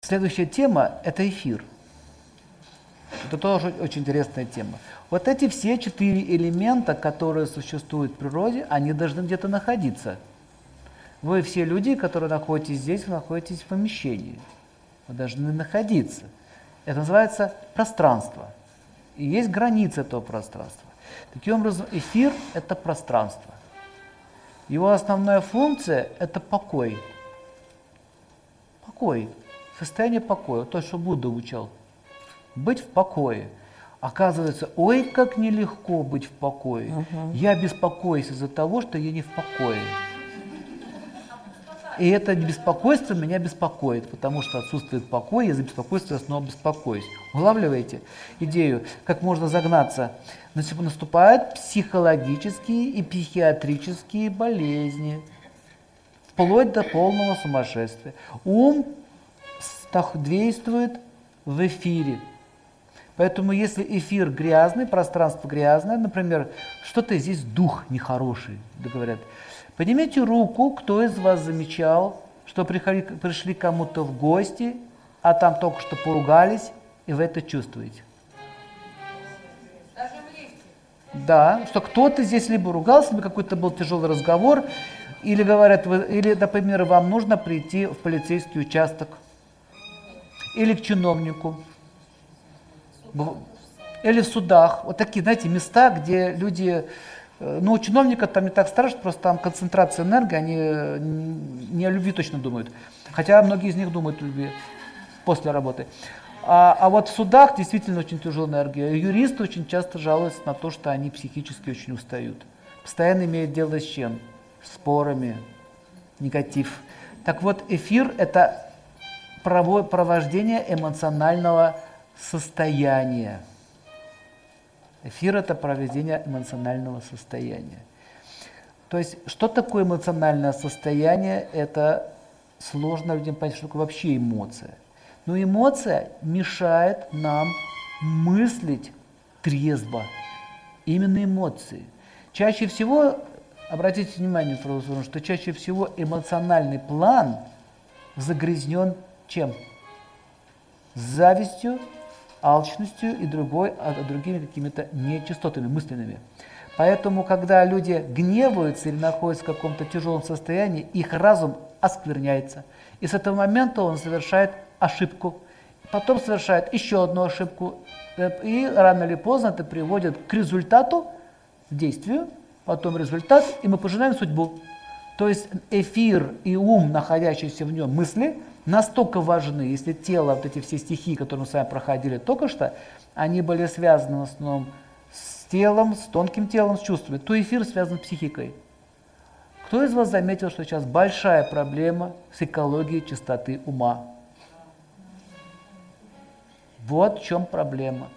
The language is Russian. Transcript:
Следующая тема – это эфир. Это тоже очень интересная тема. Вот эти все 4 элемента, которые существуют в природе, они должны где-то находиться. Вы все люди, которые находитесь здесь, вы находитесь в помещении. Вы должны находиться. Это называется пространство. И есть границы этого пространства. Таким образом, эфир – это пространство. Его основная функция – это покой. Покой. Состояние покоя. То, что Будда учил. Быть в покое. Оказывается, ой, как нелегко быть в покое. Я беспокоюсь из-за того, что я не в покое. И это беспокойство меня беспокоит, потому что отсутствует покой, я за беспокойство снова беспокоюсь. Улавливаете идею, как можно загнаться? Наступают психологические и психиатрические болезни, вплоть до полного сумасшествия. Ум действует в эфире. Поэтому если эфир грязный, пространство грязное, например, что-то здесь дух нехороший, говорят, поднимите руку, кто из вас замечал, что пришли кому-то в гости, а там только что поругались, и вы это чувствуете. Даже в лифте. Да, что кто-то здесь либо ругался, либо какой-то был тяжелый разговор, или говорят, или, например, вам нужно прийти в полицейский участок, или к чиновнику, или в судах. Вот такие, знаете, места, где люди... Ну, у чиновника там не так страшно, просто там концентрация энергии, они не о любви точно думают. Хотя многие из них думают о любви после работы. А вот в судах действительно очень тяжелая энергия. Юристы очень часто жалуются на то, что они психически очень устают. Постоянно имеют дело с чем? Спорами, негатив. Так вот, эфир – это провождение эмоционального состояния. Эфир – это проведение эмоционального состояния. То есть, что такое эмоциональное состояние? Это сложно людям понять, что такое вообще эмоция. Но эмоция мешает нам мыслить трезво. Именно эмоции. Чаще всего, обратите внимание, что чаще всего эмоциональный план загрязнен чем? Завистью, алчностью и другими какими-то нечистотами мысленными. Поэтому, когда люди гневаются или находятся в каком-то тяжелом состоянии, их разум оскверняется. И с этого момента он совершает ошибку. Потом совершает еще одну ошибку. И рано или поздно это приводит к результату, действию, потом результат, и мы пожинаем судьбу. То есть эфир и ум, находящиеся в нем мысли, настолько важны, если тело, вот эти все стихии, которые мы с вами проходили только что, они были связаны в основном с телом, с тонким телом, с чувствами, то эфир связан с психикой. Кто из вас заметил, что сейчас большая проблема с экологией чистоты ума? Вот в чем проблема.